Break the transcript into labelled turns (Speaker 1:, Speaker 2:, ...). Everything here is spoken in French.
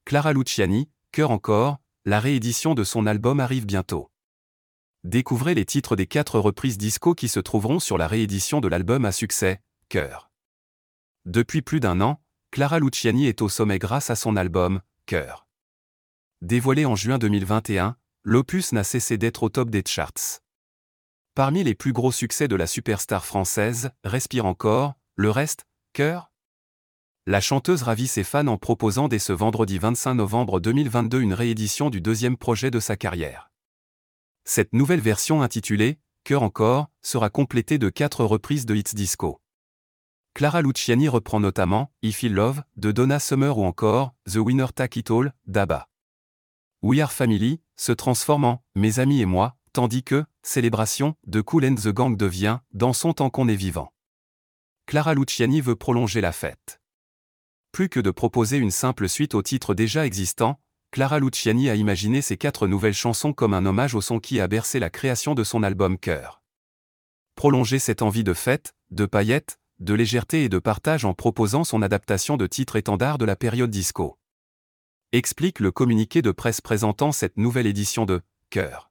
Speaker 1: Clara Luciani, Cœur encore, la réédition de son album arrive bientôt. Découvrez les titres des 4 reprises disco qui se trouveront sur la réédition de l'album à succès, Cœur. Depuis plus d'1 an, Clara Luciani est au sommet grâce à son album, Cœur. Dévoilé en juin 2021, l'opus n'a cessé d'être au top des charts. Parmi les plus gros succès de la superstar française, Respire encore, le reste, Cœur. La chanteuse ravit ses fans en proposant dès ce vendredi 25 novembre 2022 une réédition du 2e projet de sa carrière. Cette nouvelle version intitulée « Cœur encore » sera complétée de 4 reprises de hits disco. Clara Luciani reprend notamment « I Feel Love » de Donna Summer ou encore « The Winner Take It All » d'ABBA. We Are Family se transforme en « Mes amis et moi », tandis que « Célébration » de Kool and the Gang devient « Dansons tant qu'on est vivant ». Clara Luciani veut prolonger la fête. Plus que de proposer une simple suite aux titres déjà existants, Clara Luciani a imaginé ces 4 nouvelles chansons comme un hommage au son qui a bercé la création de son album Cœur. Prolonger cette envie de fête, de paillettes, de légèreté et de partage en proposant son adaptation de titres étendards de la période disco. Explique le communiqué de presse présentant cette nouvelle édition de Cœur.